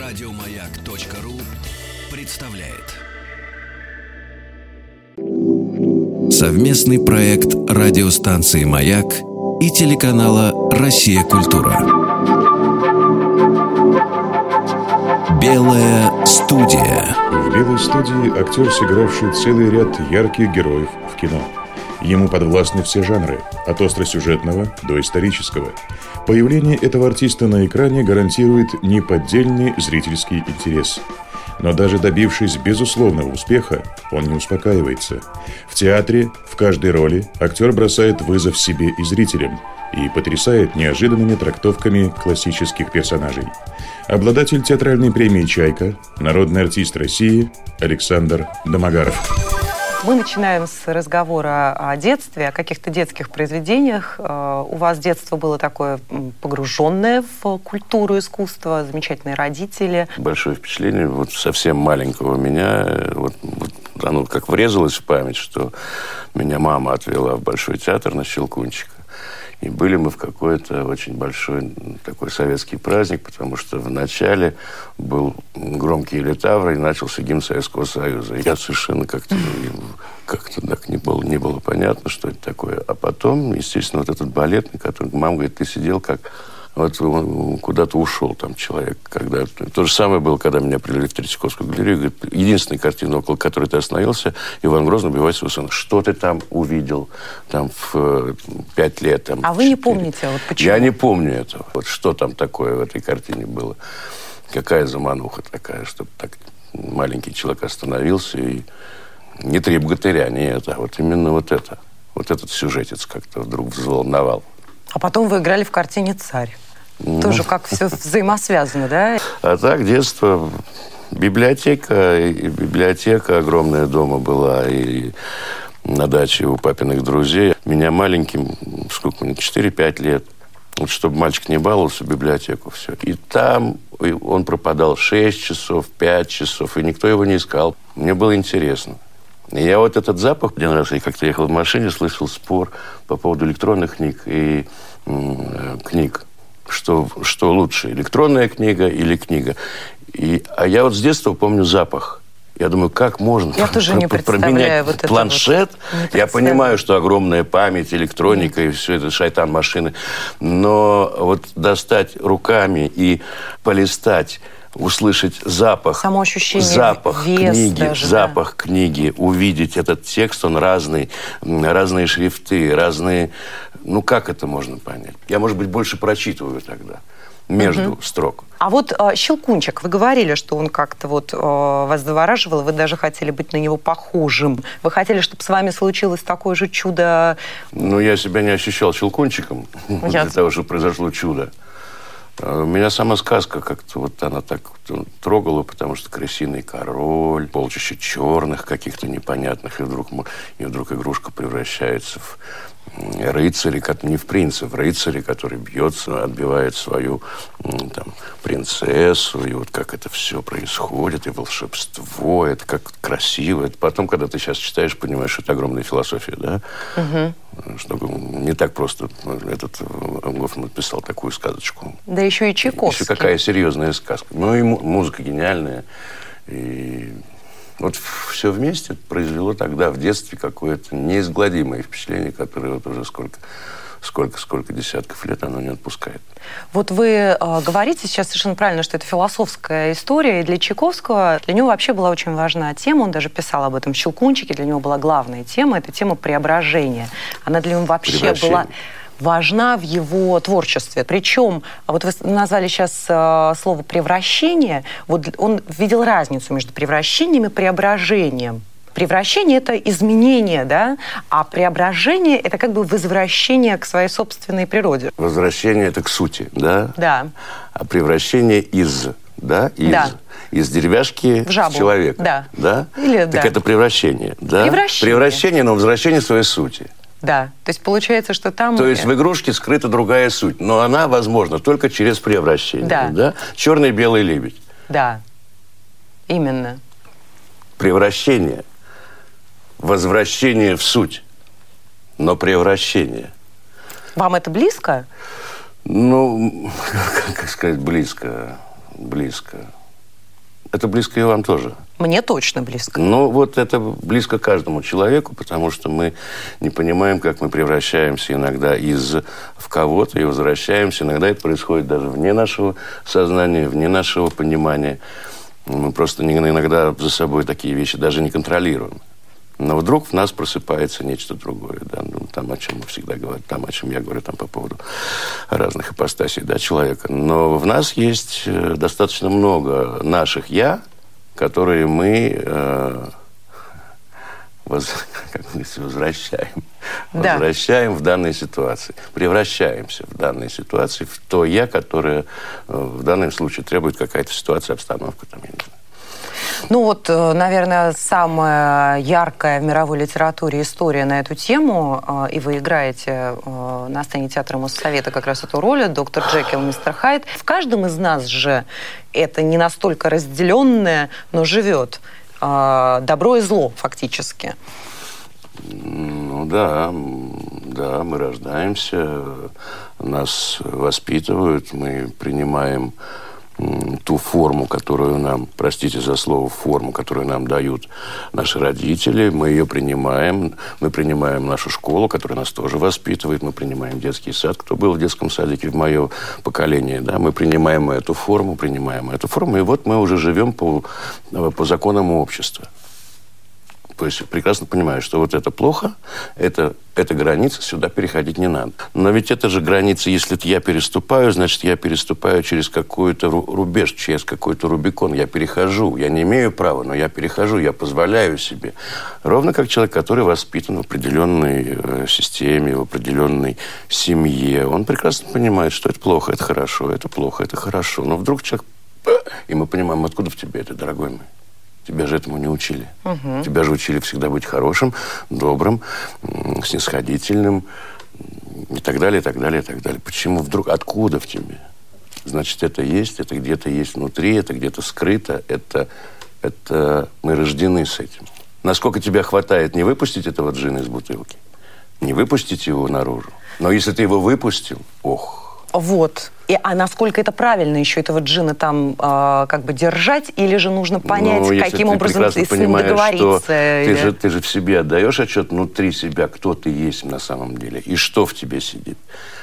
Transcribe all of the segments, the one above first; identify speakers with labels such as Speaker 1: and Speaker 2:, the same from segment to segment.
Speaker 1: Радиомаяк.ру представляет совместный проект радиостанции «Маяк» и телеканала «Россия. Культура». Белая студия.
Speaker 2: В «Белой студии» актер, сыгравший целый ряд ярких героев в кино. Ему подвластны все жанры, от остросюжетного до исторического. Появление этого артиста на экране гарантирует неподдельный зрительский интерес. Но даже добившись безусловного успеха, он не успокаивается. В театре, в каждой роли актер бросает вызов себе и зрителям и потрясает неожиданными трактовками классических персонажей. Обладатель театральной премии «Чайка», народный артист России Александр Домогаров.
Speaker 3: Мы начинаем с разговора о детстве, о каких-то детских произведениях. У вас детство было такое погруженное в культуру, искусство, замечательные родители.
Speaker 4: Большое впечатление вот совсем маленького меня, оно как врезалось в память, что меня мама отвела в Большой театр на Щелкунчика. И были мы в какой-то очень большой такой советский праздник, потому что вначале был громкий литавр, и начался гимн Советского Союза. И я совершенно как-то так не было понятно, что это такое. А потом, естественно, вот этот балет, на котором мама говорит, ты сидел как... Вот он куда-то ушел там человек. То же самое было, когда меня привели в Третьяковскую галерею. Говорит, единственная картина, около которой ты остановился, Иван Грозный убивает своего сына. Что ты там увидел там в 5 лет? Там,
Speaker 3: а вы не помните? Вот почему?
Speaker 4: Я не помню этого. Вот что там такое в этой картине было? Какая замануха такая, чтобы так маленький человек остановился и не 3 богатыря, не это, а вот именно вот это. Вот этот сюжетец как-то вдруг взволновал. А
Speaker 3: потом вы играли в картине «Царь». Тоже как все взаимосвязано, да?
Speaker 4: А так, детство, библиотека огромная дома была, и на даче у папиных друзей. Меня маленьким, сколько мне, 4-5 лет, вот чтобы мальчик не баловался, в библиотеку все. И там он пропадал 6 часов, 5 часов, и никто его не искал. Мне было интересно. И я вот этот запах, один раз я как-то ехал в машине, слышал спор по поводу электронных книг и книг. Что лучше, электронная книга или книга? А я вот с детства помню запах. Я думаю, как можно променять вот планшет? Я понимаю, что огромная память, электроника и все это, шайтан машины. Но вот достать руками и полистать, услышать запах,
Speaker 3: само ощущение,
Speaker 4: запах
Speaker 3: вес
Speaker 4: книги,
Speaker 3: даже,
Speaker 4: запах книги, увидеть этот текст, он разный, разные шрифты, разные... Ну, как это можно понять? Я, может быть, больше прочитываю тогда между строк.
Speaker 3: А вот Щелкунчик, вы говорили, что он как-то вот вас завораживал, вы даже хотели быть на него похожим. Вы хотели, чтобы с вами случилось такое же чудо?
Speaker 4: Ну, я себя не ощущал Щелкунчиком для того, чтобы произошло чудо. Меня сама сказка как-то вот она так трогала, потому что крысиный король, полчища черных каких-то непонятных, и вдруг игрушка превращается в рыцаря, не в принца, в рыцаря, который бьется, отбивает свою там, принцессу, и вот как это все происходит, и волшебство, это как красиво. Это потом, когда ты сейчас читаешь, понимаешь, что это огромная философия, да? Что не так просто этот Гофман написал такую сказочку.
Speaker 3: Да еще и Чайковский.
Speaker 4: Еще какая серьезная сказка. Ну и музыка гениальная. И вот все вместе произвело тогда в детстве какое-то неизгладимое впечатление, которое вот уже сколько десятков лет оно не отпускает.
Speaker 3: Вот вы говорите сейчас совершенно правильно, что это философская история, и для Чайковского, для него вообще была очень важна тема, он даже писал об этом в «Щелкунчике», для него была главная тема, это тема преображения. Она для него вообще была важна в его творчестве. Причем, вот вы назвали сейчас слово «превращение», вот он видел разницу между превращением и преображением. Превращение – это изменение, да? А преображение – это как бы возвращение к своей собственной природе.
Speaker 4: Возвращение – это к сути, да?
Speaker 3: Да.
Speaker 4: А превращение из деревяшки в человека. Да? Так это превращение, да? Превращение, но возвращение к своей сути.
Speaker 3: Да, то есть получается, что там...
Speaker 4: То есть в игрушке скрыта другая суть, но она возможна только через превращение. Да. Черный и белый лебедь.
Speaker 3: Да, именно.
Speaker 4: Превращение. Возвращение в суть, но превращение.
Speaker 3: Вам это близко?
Speaker 4: Ну, как сказать, близко. Это близко и вам тоже.
Speaker 3: Мне точно близко.
Speaker 4: Ну, вот это близко каждому человеку, потому что мы не понимаем, как мы превращаемся иногда в кого-то и возвращаемся. Иногда это происходит даже вне нашего сознания, вне нашего понимания. Мы просто иногда за собой такие вещи даже не контролируем. Но вдруг в нас просыпается нечто другое, да, ну, там, о чем мы всегда говорим, там, о чем я говорю, там, по поводу разных ипостасей, да, человека. Но в нас есть достаточно много наших «я», которые мы возвращаем. Да. Возвращаем в данной ситуации. Превращаемся в данной ситуации в то «я», которое в данном случае требует какая-то ситуация, обстановка, там, я не знаю.
Speaker 3: Ну вот, наверное, самая яркая в мировой литературе история на эту тему, и вы играете на сцене театра Моссовета как раз эту роль, доктор Джекил, мистер Хайд. В каждом из нас же это не настолько разделенное, но живет добро и зло фактически.
Speaker 4: Ну да, мы рождаемся, нас воспитывают, мы принимаем ту форму, которую нам, простите за слово, форму, которую нам дают наши родители, мы ее принимаем. Мы принимаем нашу школу, которая нас тоже воспитывает. Мы принимаем детский сад. Кто был в детском садике в мое поколение, да, мы принимаем эту форму, и вот мы уже живем по законам общества. То есть прекрасно понимаю, что вот это плохо, это граница, сюда переходить не надо. Но ведь это же граница, если я переступаю, значит, я переступаю через какой-то рубеж, через какой-то рубикон. Я перехожу, я не имею права, но я перехожу, я позволяю себе. Ровно как человек, который воспитан в определенной системе, в определенной семье. Он прекрасно понимает, что это плохо, это хорошо, это плохо, это хорошо. Но вдруг человек... И мы понимаем, откуда в тебе это, дорогой мой? Тебя же этому не учили. Угу. Тебя же учили всегда быть хорошим, добрым, снисходительным и так далее, и так далее, и так далее. Почему вдруг? Откуда в тебе? Значит, это есть, это где-то есть внутри, это где-то скрыто, это мы рождены с этим. Насколько тебя хватает не выпустить этого джина из бутылки, не выпустить его наружу. Но если ты его выпустил, ох.
Speaker 3: Вот. А насколько это правильно еще этого джина там как бы держать, или же нужно понять, каким образом с ним договориться?
Speaker 4: Ты же в себе отдаешь отчет внутри себя, кто ты есть на самом деле, и что в тебе сидит.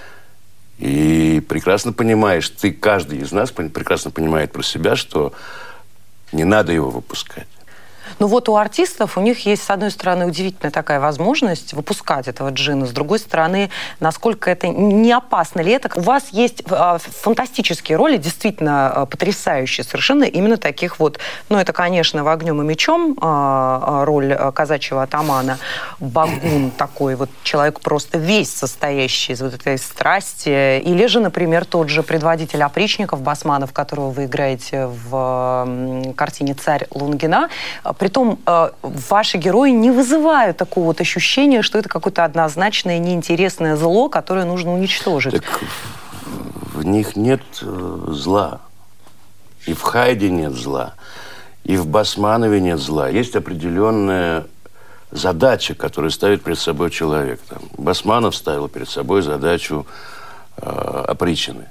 Speaker 4: И прекрасно понимаешь, каждый из нас прекрасно понимает про себя, что не надо его выпускать.
Speaker 3: Ну вот у артистов, у них есть, с одной стороны, удивительная такая возможность выпускать этого джина, с другой стороны, насколько это не опасно ли это. У вас есть фантастические роли, действительно потрясающие совершенно, именно таких вот, ну это, конечно, в «Огнем и мечом» роль казачьего атамана, Багун такой вот человек просто весь состоящий из вот этой страсти, или же, например, тот же предводитель опричников Басманов, которого вы играете в картине «Царь Лунгина». Притом ваши герои не вызывают такого вот ощущения, что это какое-то однозначное неинтересное зло, которое нужно уничтожить.
Speaker 4: Так в них нет зла. И в Хайде нет зла. И в Басманове нет зла. Есть определенная задача, которую ставит перед собой человек. Басманов ставил перед собой задачу опричнины.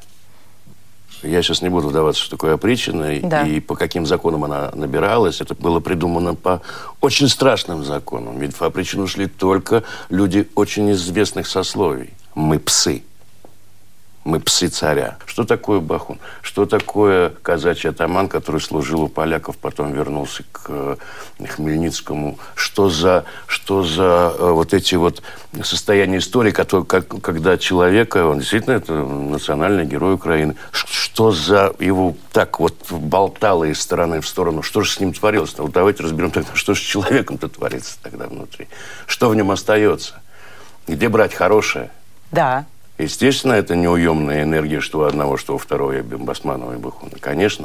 Speaker 4: Я сейчас не буду вдаваться, что такое опричнина, да. И по каким законам она набиралась. Это было придумано по очень страшным законам. Ведь в опричнину шли только люди очень известных сословий. Мы псы. Мы псы царя. Что такое Бахун? Что такое казачий атаман, который служил у поляков, потом вернулся к Хмельницкому? Что за вот эти вот состояния истории, когда человека, он действительно это национальный герой Украины, что за его так вот болтало из стороны в сторону? Что же с ним творилось? Вот давайте разберем тогда, что же с человеком-то творится тогда внутри. Что в нем остается? Где брать хорошее?
Speaker 3: Да.
Speaker 4: Естественно, это неуемная энергия, что у одного, что у второго, и Басманова, и Бахуна. Конечно.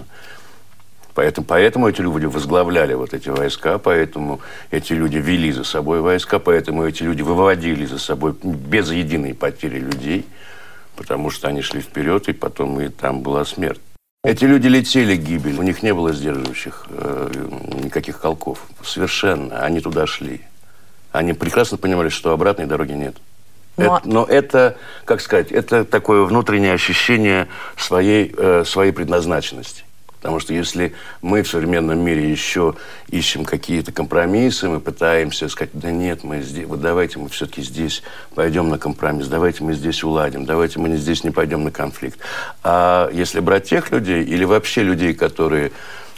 Speaker 4: Поэтому эти люди возглавляли вот эти войска, поэтому эти люди вели за собой войска, поэтому эти люди выводили за собой без единой потери людей, потому что они шли вперед, и потом и там была смерть. Эти люди летели к гибели, у них не было сдерживающих никаких колков. Совершенно. Они туда шли. Они прекрасно понимали, что обратной дороги нет. Но это, как сказать, это такое внутреннее ощущение своей предназначенности. Потому что если мы в современном мире еще ищем какие-то компромиссы, мы пытаемся сказать, да нет, мы здесь, вот давайте мы все-таки здесь пойдем на компромисс, давайте мы здесь уладим, давайте мы здесь не пойдем на конфликт. А если брать тех людей или вообще людей, которые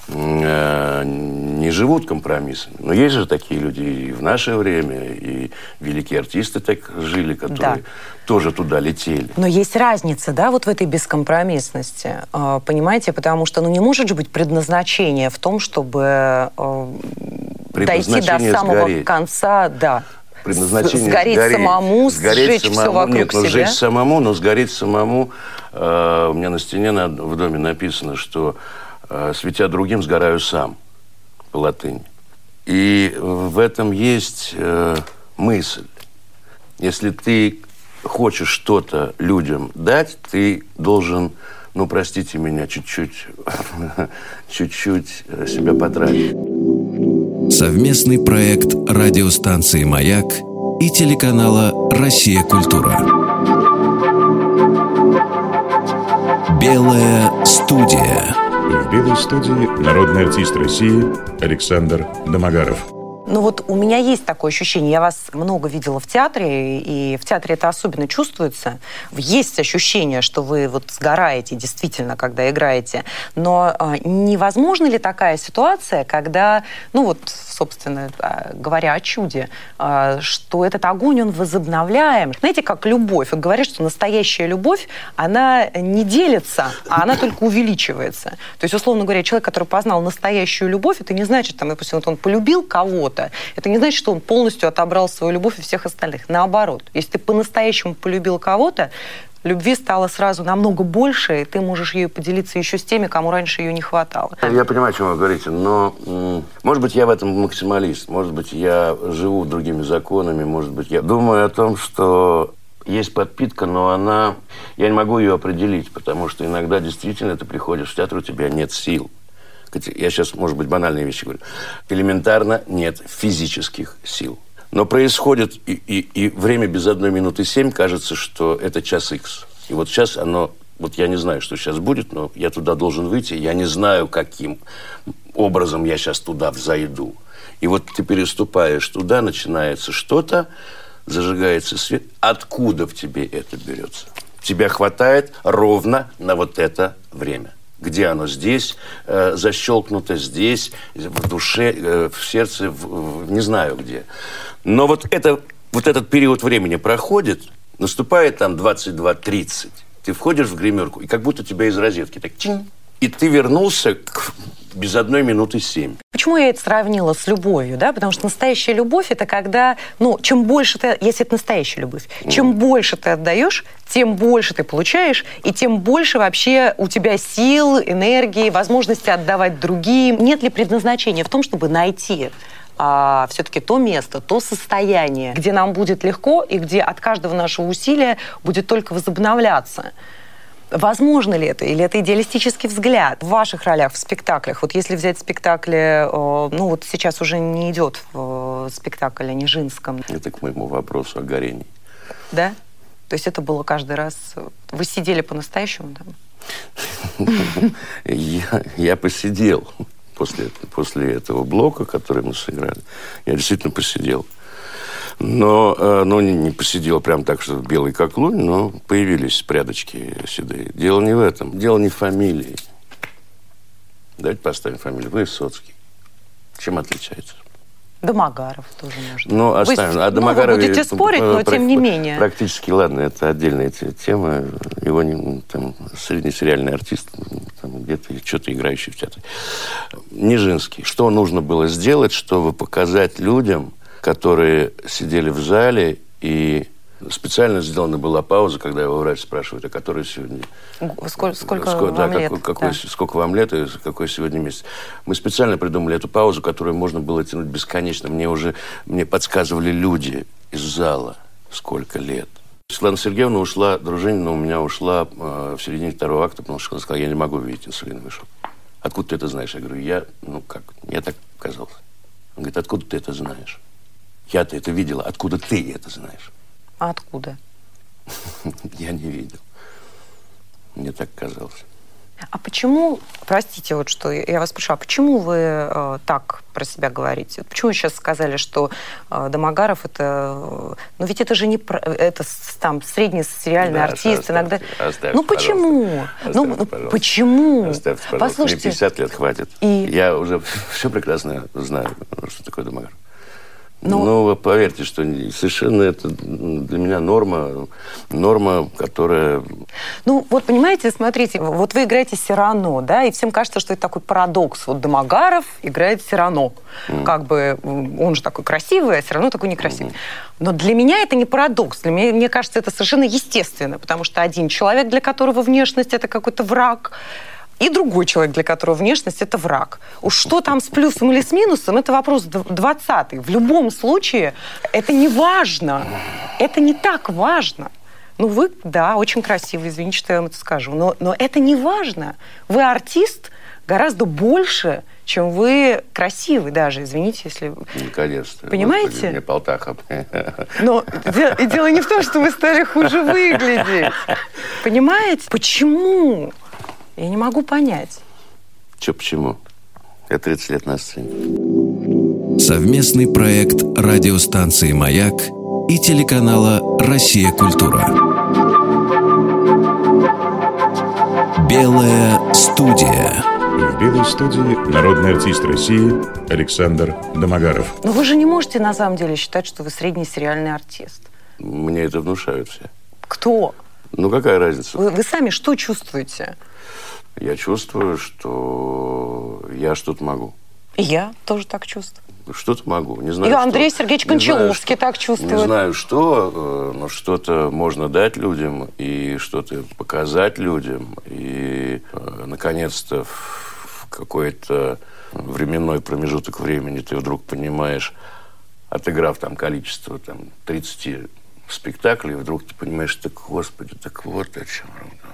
Speaker 4: не живут компромиссами. Но есть же такие люди и в наше время, и великие артисты так жили, которые тоже туда летели.
Speaker 3: Но есть разница, да, вот в этой бескомпромиссности, понимаете? Потому что, не может же быть предназначение в том, чтобы дойти до самого конца, да.
Speaker 4: Предназначение
Speaker 3: сгореть самому,
Speaker 4: сжечь
Speaker 3: все вокруг
Speaker 4: нет,
Speaker 3: себя.
Speaker 4: Сжечь самому, но сгореть самому. У меня на стене в доме написано, что «светя другим, сгораю сам» по латыни. И в этом есть мысль. Если ты хочешь что-то людям дать, ты должен, простите меня, чуть-чуть себя потратить.
Speaker 1: Совместный проект радиостанции «Маяк» и телеканала «Россия. Культура». Белая студия.
Speaker 2: В «Белой студии» народный артист России Александр Домогаров.
Speaker 3: У меня есть такое ощущение. Я вас много видела в театре, и в театре это особенно чувствуется. Есть ощущение, что вы сгораете действительно, когда играете. Но невозможна ли такая ситуация, когда, собственно говоря о чуде, что этот огонь, он возобновляем? Знаете, как любовь. Говорят, что настоящая любовь, она не делится, а она только увеличивается. То есть, условно говоря, человек, который познал настоящую любовь, это не значит, допустим, он полюбил кого-то, это не значит, что он полностью отобрал свою любовь у всех остальных. Наоборот, если ты по-настоящему полюбил кого-то, любви стало сразу намного больше, и ты можешь ею поделиться еще с теми, кому раньше ее не хватало.
Speaker 4: Я понимаю, о чем вы говорите, но, может быть, я в этом максималист, может быть, я живу другими законами, может быть, я думаю о том, что есть подпитка, но я не могу ее определить, потому что иногда действительно ты приходишь в театр, у тебя нет сил. Я сейчас, может быть, банальные вещи говорю. Элементарно нет физических сил. Но происходит, и время без 1 минуты 7 кажется, что это час икс. И сейчас оно... я не знаю, что сейчас будет, но я туда должен выйти. Я не знаю, каким образом я сейчас туда взойду. И ты переступаешь туда, начинается что-то, зажигается свет. Откуда в тебе это берется? Тебя хватает ровно на это время. Где оно? Здесь, защелкнуто здесь, в душе, в сердце, не знаю где. Но этот период времени проходит, наступает там 22:30, ты входишь в гримерку, и как будто тебя из розетки так чинь, и ты вернулся без 1 минуты 7.
Speaker 3: Почему я это сравнила с любовью, да? Потому что настоящая любовь – это когда, чем больше ты, если это настоящая любовь, чем больше ты отдаешь, тем больше ты получаешь, и тем больше вообще у тебя сил, энергии, возможности отдавать другим. Нет ли предназначения в том, чтобы найти все-таки то место, то состояние, где нам будет легко и где от каждого нашего усилия будет только возобновляться? Возможно ли это? Или это идеалистический взгляд? В ваших ролях, в спектаклях, если взять спектакли, сейчас уже не идет спектакль о Нижинском.
Speaker 4: Это к моему вопросу о горении.
Speaker 3: Да? То есть это было каждый раз... Вы сидели по-настоящему там?
Speaker 4: Я посидел после этого блока, который мы сыграли. Я действительно посидел. Но не посидел прям так, что белый как лунь, но появились прядочки седые. Дело не в этом, дело не в фамилии. Давайте поставим фамилию. Высоцкий. Чем отличается?
Speaker 3: Домогаров тоже может.
Speaker 4: Оставим. О Домогарове...
Speaker 3: Вы будете спорить, но тем не менее.
Speaker 4: Практически, ладно, это отдельная тема. Его среднесериальный артист, где-то что-то играющий в театре. Нижинский. Что нужно было сделать, чтобы показать людям, которые сидели в зале, и специально сделана была пауза, когда его врач спрашивает, а который сегодня...
Speaker 3: Сколько вам лет?
Speaker 4: Сколько вам лет и какой сегодня месяц. Мы специально придумали эту паузу, которую можно было тянуть бесконечно. Мне подсказывали люди из зала, сколько лет. Светлана Сергеевна ушла, Дружинина у меня ушла в середине 2-го акта, потому что она сказала, я не могу видеть инсулиновый шок. Откуда ты это знаешь? Я говорю, мне так казалось. Он говорит, откуда ты это знаешь? Я-то это видела. Откуда ты это знаешь?
Speaker 3: А откуда?
Speaker 4: Я не видел. Мне так казалось.
Speaker 3: А почему, простите, вот что я вас спрошу, а почему вы так про себя говорите? Почему вы сейчас сказали, что Домогаров это... Ну ведь это же не... Это там средний сериальный артист. Иногда... Ну почему? Почему?
Speaker 4: Оставьте, пожалуйста.
Speaker 3: Послушайте.
Speaker 4: Мне 50 лет хватит. И... Я уже все прекрасно знаю, что такое Домогаров. Но поверьте, что совершенно это для меня норма, которая...
Speaker 3: Ну, вот понимаете, смотрите, вот вы играете Сирано, да, и всем кажется, что это такой парадокс. Вот Домогаров играет Сирано. Как бы он же такой красивый, а Сирано такой некрасивый. Но для меня это не парадокс. Для меня, мне кажется, это совершенно естественно, потому что один человек, для которого внешность это какой-то враг, и другой человек, для которого внешность – это враг. Уж что там с плюсом или с минусом, это вопрос 20-й. В любом случае, это не важно. Это не так важно. Ну, вы, да, очень красивый, извините, что я вам это скажу. Но это не важно. Вы артист гораздо больше, чем вы красивый даже, извините, если...
Speaker 4: Наконец-то.
Speaker 3: Понимаете?
Speaker 4: Господи, мне полтаха.
Speaker 3: Но дело не в том, что вы стали хуже выглядеть. Понимаете? Почему? Я не могу понять.
Speaker 4: Почему? Я 30 лет на сцене.
Speaker 1: Совместный проект радиостанции «Маяк» и телеканала «Россия. Культура». Белая студия.
Speaker 2: В «Белой студии» народный артист России Александр Домогаров.
Speaker 3: Но вы же не можете на самом деле считать, что вы средний сериальный артист.
Speaker 4: Мне это внушают все.
Speaker 3: Кто?
Speaker 4: Ну, какая разница?
Speaker 3: Вы сами что чувствуете?
Speaker 4: Я чувствую, что я что-то могу.
Speaker 3: И я тоже так чувствую.
Speaker 4: Что-то могу. Не знаю,
Speaker 3: и
Speaker 4: что.
Speaker 3: Андрей Сергеевич Кончаловский так чувствует.
Speaker 4: Не знаю, что, но что-то можно дать людям, и что-то показать людям. И, наконец-то, в какой-то временной промежуток времени ты вдруг понимаешь, отыграв там количество 30 спектаклей, вдруг ты понимаешь, так, Господи, так вот о чем разговор.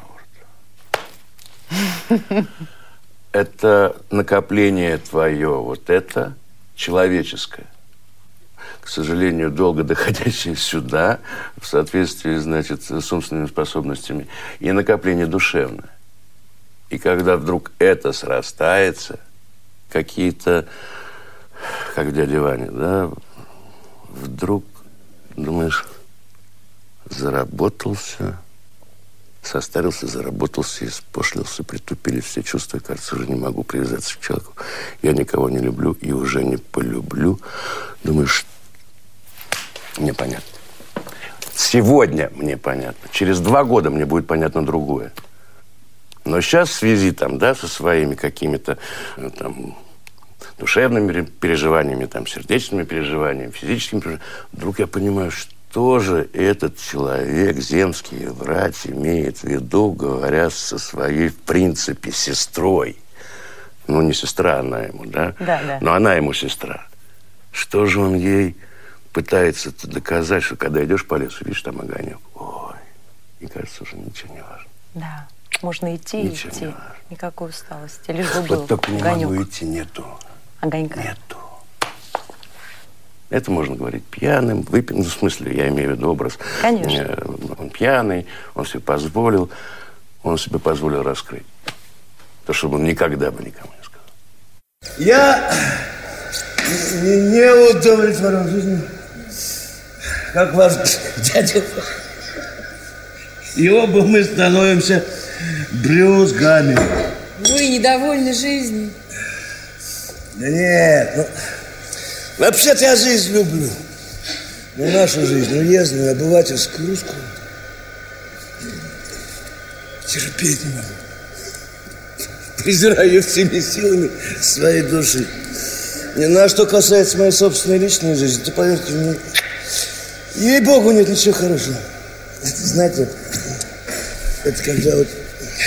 Speaker 4: Это накопление твое, вот это человеческое. К сожалению, долго доходящее сюда, в соответствии, значит, с умственными способностями, и накопление душевное. И когда вдруг это срастается, какие-то, как в «Дяде Ване», да, вдруг думаешь, заработался, состарился, заработался, испошлился, притупились все чувства. Кажется, уже не могу привязаться к человеку. Я никого не люблю и уже не полюблю. Думаешь, мне понятно. Сегодня мне понятно. Через 2 года мне будет понятно другое. Но сейчас в связи со своими какими-то душевными переживаниями, сердечными переживаниями, физическими переживаниями, вдруг я понимаю, что же этот человек, земский врач, имеет в виду, говоря со своей, в принципе, сестрой. Ну, не сестра она ему, да?
Speaker 3: Да.
Speaker 4: Но она ему сестра. Что же он ей пытается доказать, что когда идешь по лесу, видишь там огонек? Ой, и кажется, уже ничего не важно.
Speaker 3: Да, можно идти
Speaker 4: ничего
Speaker 3: и идти.
Speaker 4: Не важно.
Speaker 3: Никакой усталости, лишь бы был
Speaker 4: вот только не
Speaker 3: огонек.
Speaker 4: могу идти, нету.
Speaker 3: Огонька.
Speaker 4: Нету. Это можно говорить пьяным, выпить. Ну, в смысле, я имею в виду образ.
Speaker 3: Конечно.
Speaker 4: Он пьяный, он себе позволил раскрыть. То, что он никогда бы никому не сказал.
Speaker 5: Я не удовлетворен жизнью, как ваш дядя. И оба мы становимся брюзгами.
Speaker 6: Вы недовольны жизнью?
Speaker 5: Да нет, вообще-то я жизнь люблю. Но нашу жизнь, уездную, обывательскую, русскую, терпеть не могу. Презираю ее всеми силами своей души. А что касается моей собственной личной жизни, то, поверьте мне, ей-богу, нет ничего хорошего. Это, знаете, это когда вот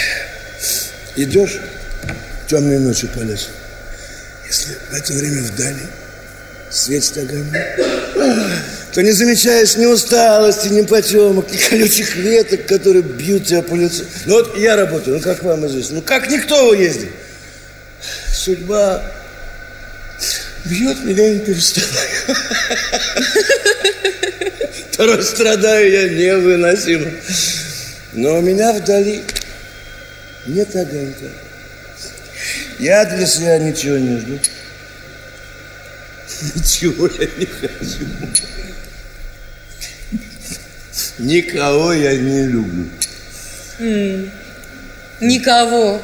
Speaker 5: идешь темной ночью по лесу, если в это время вдали светит огонек, то не замечаешь ни усталости, ни потемок, ни колючих веток, которые бьют тебя по лицу. Ну вот я работаю, как вам известно, как никто в уезде. Судьба бьет меня, не переставая. Порой страдаю я невыносимо. Но у меня вдали нет огонька. Я для себя ничего не жду. Ничего я не хочу. Никого я не люблю.
Speaker 6: Никого.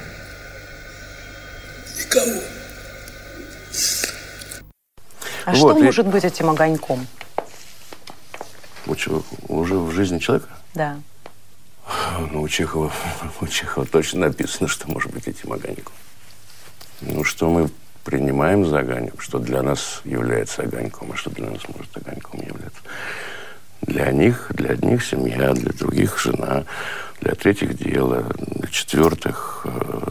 Speaker 5: Никого.
Speaker 3: А
Speaker 4: Вот,
Speaker 3: что может быть этим огоньком?
Speaker 4: Уже в жизни человека?
Speaker 3: Да.
Speaker 4: Ну, у Чехова точно написано, что может быть этим огоньком. Ну, что мы принимаем за огонек, что для нас является огоньком, а что для нас может огоньком являться. Для одних семья, для других жена, для третьих дело, для четвертых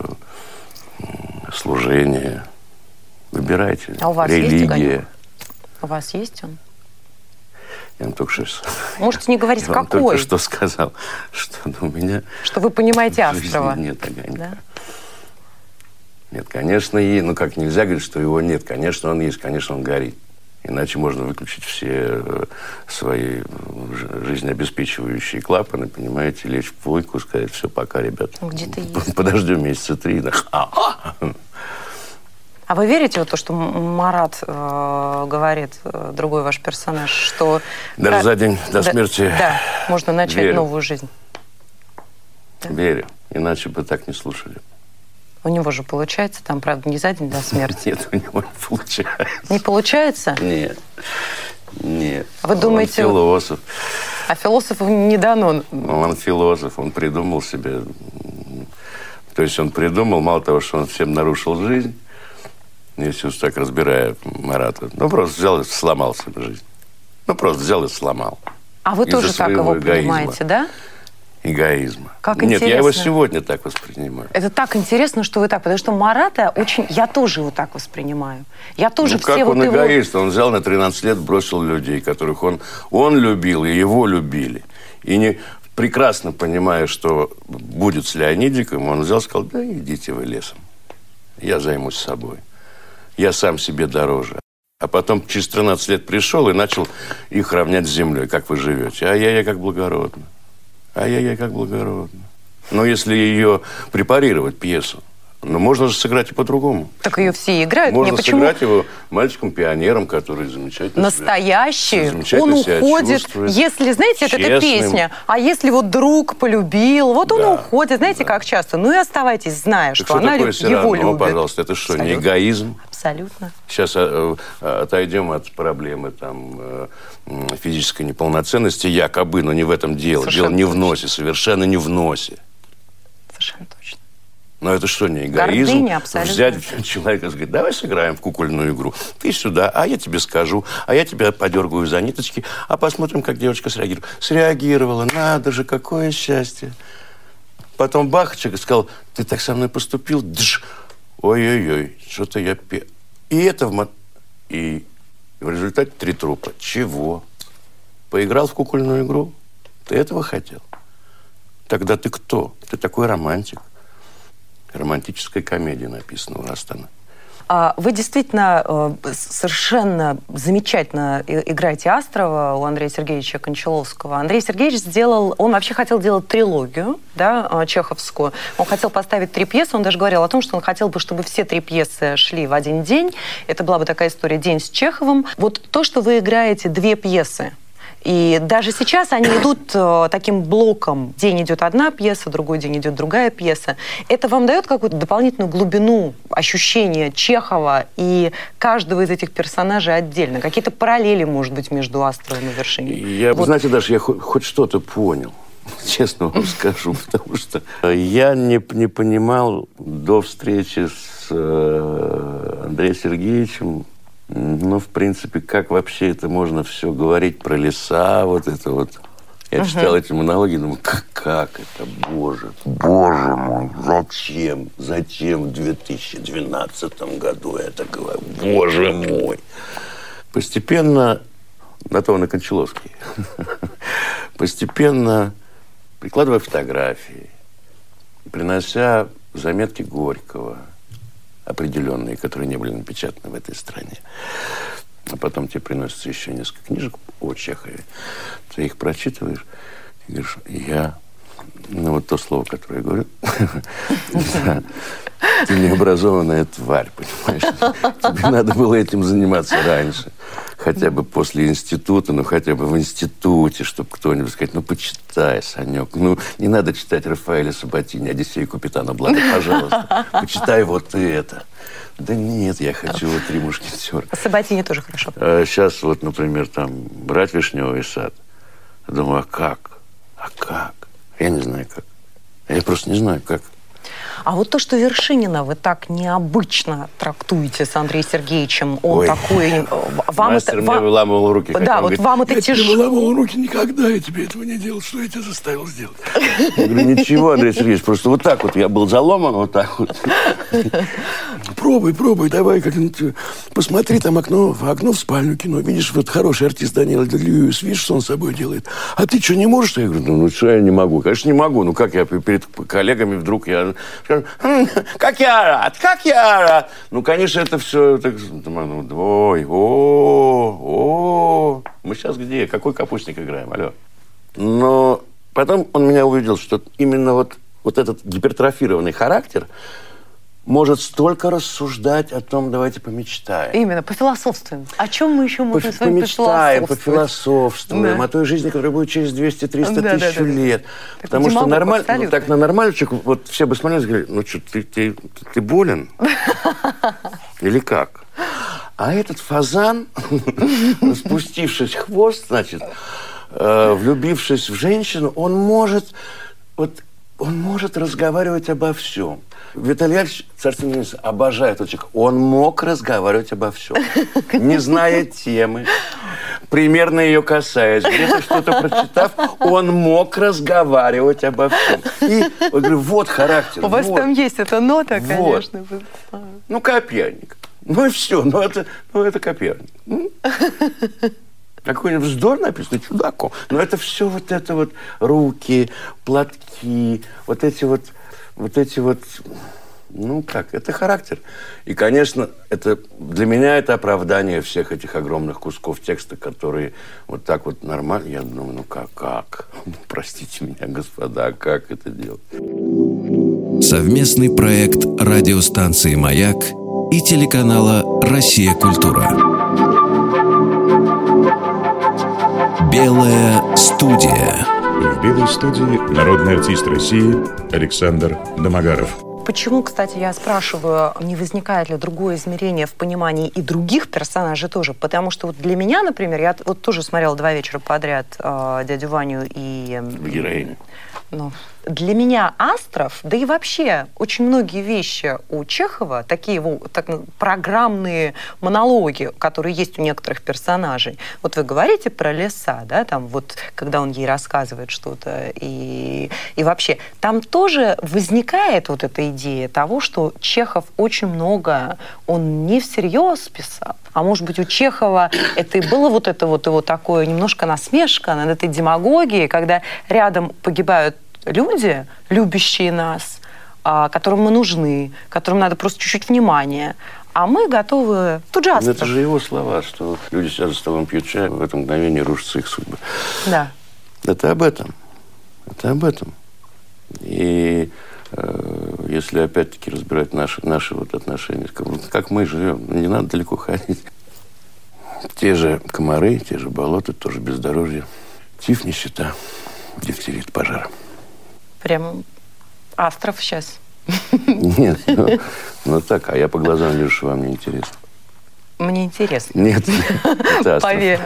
Speaker 4: служение. Выбирайте.
Speaker 3: А у вас
Speaker 4: религия.
Speaker 3: есть огонек? У вас есть он?
Speaker 4: Я вам только что...
Speaker 3: Можете не говорить,
Speaker 4: я вам
Speaker 3: какой?
Speaker 4: только что сказал, что у меня...
Speaker 3: Что вы понимаете
Speaker 4: в жизни
Speaker 3: Астрова.
Speaker 4: нет огонька.
Speaker 3: Да?
Speaker 4: Нет, конечно, ну как нельзя говорить, что его нет. Конечно, он есть, конечно, он горит. Иначе можно выключить все свои жизнеобеспечивающие клапаны, понимаете, лечь в плойку, сказать, все, пока, ребят.
Speaker 3: Где-то есть.
Speaker 4: Подождем месяца 3.
Speaker 3: А вы верите в то, что Марат говорит, другой ваш персонаж, что...
Speaker 4: Даже за день до смерти.
Speaker 3: Да, можно начать
Speaker 4: верю.
Speaker 3: новую жизнь. Да.
Speaker 4: Верю. Иначе бы так не слушали.
Speaker 3: У него же получается, там, правда, не за день до смерти.
Speaker 4: Нет, у него не получается.
Speaker 3: Не получается?
Speaker 4: Нет. Нет.
Speaker 3: Вы думаете...
Speaker 4: Он философ.
Speaker 3: А философу не дано.
Speaker 4: Он философ, он придумал себе... То есть он придумал, мало того, что он всем нарушил жизнь, если уж так разбирая Марата, ну, просто взял и сломал себе жизнь. Ну, просто взял и сломал.
Speaker 3: А вы
Speaker 4: Из-за
Speaker 3: тоже так
Speaker 4: своего
Speaker 3: его понимаете, да?
Speaker 4: Эгоизма.
Speaker 3: Как
Speaker 4: Нет,
Speaker 3: интересно.
Speaker 4: я его сегодня так воспринимаю.
Speaker 3: Это так интересно, что вы так, потому что Марата очень... Я тоже его так воспринимаю. Я тоже
Speaker 4: Ну,
Speaker 3: все
Speaker 4: как
Speaker 3: вот
Speaker 4: он
Speaker 3: его...
Speaker 4: эгоист, он взял на 13 лет, бросил людей, которых он любил, и его любили. И не прекрасно понимая, что будет с Леонидиком, он взял и сказал, да идите вы лесом, я займусь собой. Я сам себе дороже. А потом через 13 лет пришел и начал их равнять с землей. Как вы живете? Ай-яй-яй, как благородно. Ай-яй-яй, как благородно. Но если ее препарировать, пьесу, ну, можно же сыграть и по-другому.
Speaker 3: Так ее все играют.
Speaker 4: Можно
Speaker 3: почему...
Speaker 4: сыграть его мальчиком-пионером, который замечательно
Speaker 3: настоящий.
Speaker 4: замечательно
Speaker 3: Он
Speaker 4: себя
Speaker 3: уходит.
Speaker 4: чувствует.
Speaker 3: Если, знаете, это
Speaker 4: Честным.
Speaker 3: песня. А если вот друг полюбил, вот он
Speaker 4: Да,
Speaker 3: уходит. Знаете, как часто? Ну и оставайтесь, зная,
Speaker 4: Так
Speaker 3: что она
Speaker 4: такое
Speaker 3: его
Speaker 4: все равно,
Speaker 3: любит.
Speaker 4: пожалуйста, это что, не
Speaker 3: Абсолютно.
Speaker 4: эгоизм?
Speaker 3: Абсолютно.
Speaker 4: Сейчас отойдем от проблемы физической неполноценности, якобы, но не в этом дело.
Speaker 3: Совершенно
Speaker 4: дело не в носе, совершенно не в носе.
Speaker 3: Совершенно точно.
Speaker 4: Но это что, не эгоизм?
Speaker 3: Гордыня, абсолютно.
Speaker 4: Взять человека и сказать, давай сыграем в кукольную игру. Ты сюда, а я тебе скажу, а я тебя подергаю за ниточки, а посмотрим, как девочка среагирует. Среагировала, надо же, какое счастье. Потом бахачек и сказал, ты так со мной поступил? Дж. Ой-ой-ой, что-то я... И это И в результате 3 трупа. Чего? Поиграл в кукольную игру? Ты этого хотел? Тогда ты кто? Ты такой романтик. Романтическая комедия написана у Растана.
Speaker 3: Вы действительно совершенно замечательно играете Астрова у Андрея Сергеевича Кончаловского. Андрей Сергеевич он вообще хотел делать трилогию, да, чеховскую. Он хотел поставить 3 пьесы, он даже говорил о том, что он хотел бы, чтобы все 3 пьесы шли в один день. Это была бы такая история «День с Чеховым». Вот то, что вы играете 2 пьесы, и даже сейчас они идут таким блоком. День идет одна пьеса, другой день идет другая пьеса. Это вам дает какую-то дополнительную глубину ощущения Чехова и каждого из этих персонажей отдельно? Какие-то параллели, может быть, между Астровым и Вершининым?
Speaker 4: Вы знаете, даже я хоть что-то понял. Честно вам скажу, потому что я не понимал до встречи с Андреем Сергеевичем, ну, в принципе, как вообще это можно все говорить про леса, вот это вот. Я читал эти монологи, думаю, как это, боже мой, зачем в 2012 году я это говорю, боже мой. Постепенно, на то он и Кончаловский, постепенно прикладывая фотографии, принося заметки Горького, определенные, которые не были напечатаны в этой стране. А потом тебе приносится еще несколько книжек о Чехове. Ты их прочитываешь и говоришь, я Ну, вот то слово, которое я говорю. Ты необразованная тварь, понимаешь? Тебе надо было этим заниматься раньше. Хотя бы после института, ну, хотя бы в институте, чтобы кто-нибудь сказать, ну, почитай, Санек. Ну, не надо читать Рафаэля Сабатини, Одиссею капитана Блада, пожалуйста. Почитай вот это. Да нет, я хочу вот «Три мушкетера».
Speaker 3: Сабатини тоже хорошо.
Speaker 4: Сейчас вот, например, там брать «Вишневый сад». Я думаю, а как? Я не знаю, как. Я просто не знаю, как.
Speaker 3: А вот то, что Вершинина вы так необычно трактуете с Андреем Сергеевичем, он такой...
Speaker 4: Мастер мне выламывал руки.
Speaker 3: Да, вот вам это тяжело.
Speaker 7: Я тебе выламывал руки никогда, я тебе этого не делал. Что я тебя заставил сделать?
Speaker 4: Я говорю, ничего, Андрей Сергеевич, просто вот так вот я был заломан, вот так вот.
Speaker 7: Пробуй, давай как-нибудь. Посмотри, там окно в спальню кино. Видишь, вот хороший артист Данила Льюис, видишь, что он с собой делает. А ты что, не можешь? Я говорю, ну что я не могу? Конечно, не могу. Ну как я перед коллегами вдруг я скажу, как я рад. Ну, конечно, это все так, ой, мы сейчас где? Какой капустник играем? Алло. Но потом он меня увидел, что именно вот этот гипертрофированный характер может столько рассуждать о том, давайте помечтаем.
Speaker 3: Именно, пофилософствуем. О чем мы еще можем с вами
Speaker 4: помечтаем, пофилософствуем, о той жизни, которая будет через 200-300 тысяч лет. Потому что нормально, так на нормальчик, вот все бы смотрели и говорили, ну что, ты болен? Или как? А этот фазан, спустившись хвост, значит, влюбившись в женщину, он может разговаривать обо всем. Виталий Ильич, царство небесное, обожает этот человек. Он мог разговаривать обо всем. Не зная темы, примерно ее касаясь, где-то что-то прочитав, он мог разговаривать обо всем. И я говорю, вот характер.
Speaker 3: У вас там есть эта нота, конечно.
Speaker 4: Ну, Коперник. Ну и все. Ну, это Коперник. Какой-нибудь вздор написано чудаком. Но это все вот это вот руки, платки, вот эти вот, ну как, это характер. И, конечно, это для меня это оправдание всех этих огромных кусков текста, которые вот так вот нормально. Я думаю, ну как? Простите меня, господа, как это делать?
Speaker 1: Совместный проект радиостанции «Маяк» и телеканала «Россия. Культура». Белая студия.
Speaker 2: В «Белой студии» народный артист России Александр Домогаров.
Speaker 3: Почему, кстати, я спрашиваю, не возникает ли другое измерение в понимании и других персонажей тоже? Потому что вот для меня, например, я вот тоже смотрела 2 вечера подряд «Дядю Ваню» и...
Speaker 4: Героиню.
Speaker 3: Ну, для меня Астров, да и вообще очень многие вещи у Чехова, такие его программные монологи, которые есть у некоторых персонажей. Вот вы говорите про леса, да, там вот, когда он ей рассказывает что-то, и вообще, там тоже возникает вот эта идея того, что Чехов очень много, он не всерьез писал, а может быть у Чехова это и было вот это вот его такое немножко насмешка над этой демагогией, когда рядом погибают люди, любящие нас, которым мы нужны, которым надо просто чуть-чуть внимания. А мы готовы... Тут же Астров.
Speaker 4: Это же его слова, что люди сидят за столом, пьют чай, в это мгновение рушатся их судьбы.
Speaker 3: Да.
Speaker 4: Это об этом. Это об этом. И если опять-таки разбирать наши вот отношения, как мы живем, не надо далеко ходить. Те же комары, те же болота, тоже бездорожье. Тиф, нищета, дифтерит, пожар.
Speaker 3: Прям Астров сейчас.
Speaker 4: Нет, ну так, а я по глазам вижу, что вам не интересно.
Speaker 3: Мне интересно.
Speaker 4: Нет, это Астров.
Speaker 3: Поверь.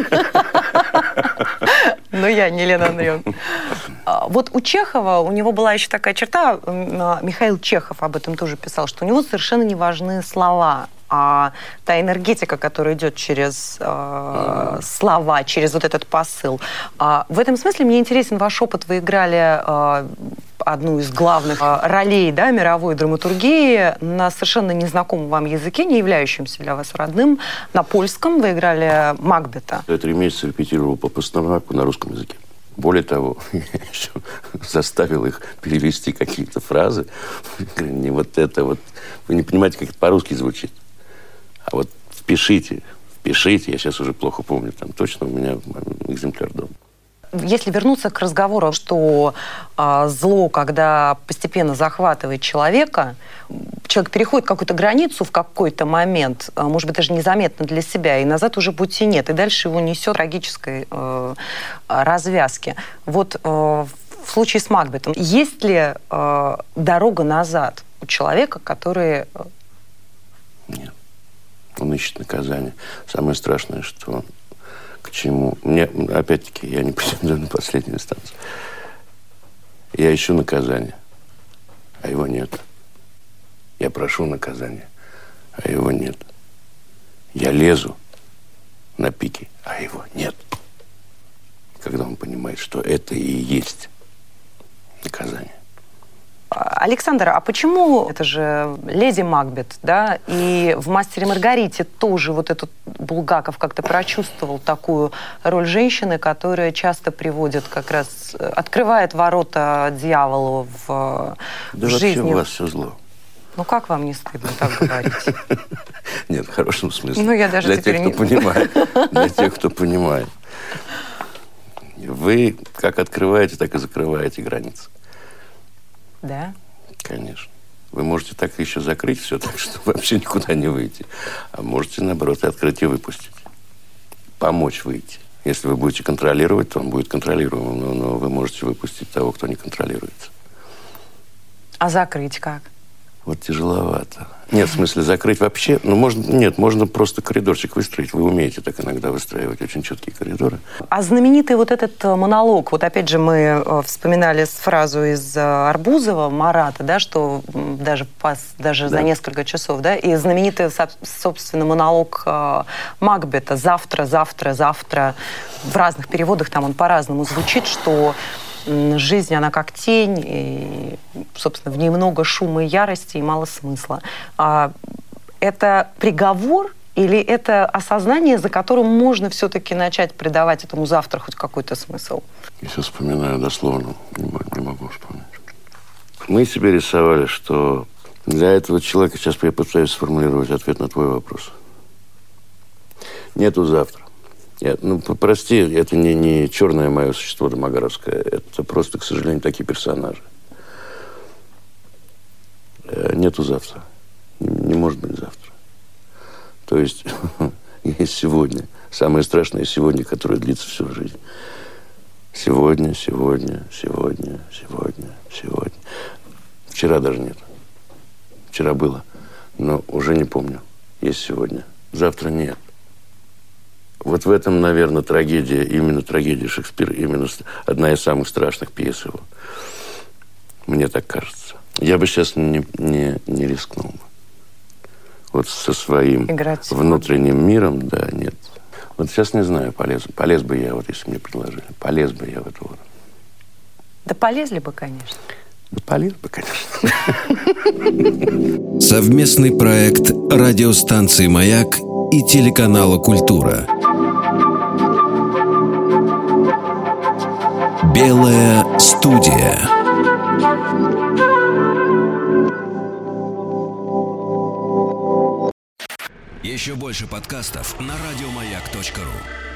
Speaker 3: Но я не Лена Андреевна. Вот у Чехова, у него была еще такая черта, Михаил Чехов об этом тоже писал, что у него совершенно не важны слова, а та энергетика, которая идет через слова, через вот этот посыл. В этом смысле мне интересен ваш опыт. Вы играли одну из главных ролей, да, мировой драматургии на совершенно незнакомом вам языке, не являющемся для вас родным. На польском вы играли Макбета.
Speaker 4: Я 3 месяца репетировал по Пастернаку на русском языке. Более того, я еще заставил их перевести какие-то фразы. Не вот это вот. Вы не понимаете, как это по-русски звучит. А вот впишите. Я сейчас уже плохо помню. Там точно у меня экземпляр дома.
Speaker 3: Если вернуться к разговору, что зло, когда постепенно захватывает человека, человек переходит какую-то границу в какой-то момент, может быть, даже незаметно для себя, и назад уже пути нет, и дальше его несет трагической развязки. Вот в случае с Макбетом, есть ли дорога назад у человека, который...
Speaker 4: Нет. Он ищет наказание. Самое страшное, что к чему... Мне, опять-таки, я не претендую на последнюю инстанцию. Я ищу наказание, а его нет. Я прошу наказания, а его нет. Я лезу на пике, а его нет. Когда он понимает, что это и есть наказание.
Speaker 3: Александр, а почему, это же леди Макбет, да, и в «Мастере и Маргарите» тоже вот этот Булгаков как-то прочувствовал такую роль женщины, которая часто приводит как раз, открывает ворота дьяволу в жизни.
Speaker 4: Да вообще у вас все зло.
Speaker 3: Ну как вам не стыдно так говорить?
Speaker 4: Нет, в хорошем смысле.
Speaker 3: Ну я даже
Speaker 4: для тех, кто понимает. Для тех, кто понимает. Вы как открываете, так и закрываете границы.
Speaker 3: Да?
Speaker 4: Конечно. Вы можете так еще закрыть все так, что вообще никуда не выйти. А можете, наоборот, открыть и выпустить. Помочь выйти. Если вы будете контролировать, то он будет контролируемым. Но вы можете выпустить того, кто не контролируется.
Speaker 3: А закрыть как?
Speaker 4: Вот тяжеловато. Нет, в смысле, закрыть вообще... Ну, можно просто коридорчик выстроить. Вы умеете так иногда выстраивать очень четкие коридоры.
Speaker 3: А знаменитый вот этот монолог, вот опять же мы вспоминали фразу из Арбузова, Марата, да, что даже за несколько часов, да, и знаменитый, собственно, монолог Макбета «Завтра, завтра, завтра». В разных переводах там он по-разному звучит, что... Жизнь, она как тень, и, собственно, в ней много шума и ярости, и мало смысла. Это приговор или это осознание, за которым можно все-таки начать придавать этому завтра хоть какой-то смысл?
Speaker 4: Я сейчас вспоминаю дословно, не могу вспомнить. Мы себе рисовали, что для этого человека, сейчас я пытаюсь сформулировать ответ на твой вопрос. Нету завтра. Прости, это не черное мое существо домогаровское. Это просто, к сожалению, такие персонажи. Нету завтра. Не может быть завтра. То есть, есть сегодня. Самое страшное сегодня, которое длится всю жизнь. Сегодня, сегодня, сегодня, сегодня, сегодня. Вчера даже нет. Вчера было, но уже не помню. Есть сегодня. Завтра нет. Вот в этом, наверное, трагедия, именно трагедия Шекспира, именно одна из самых страшных пьес его. Мне так кажется. Я бы сейчас не рискнул. Вот со своим внутренним миром, да, нет. Вот сейчас не знаю, полез бы я, вот если мне предложили, полез бы я в эту воду.
Speaker 3: Да полезли бы, конечно.
Speaker 4: Да полез бы, конечно.
Speaker 1: Совместный проект радиостанции «Маяк» и телеканала «Культура». Белая студия. Еще больше подкастов на радиомаяк.ру.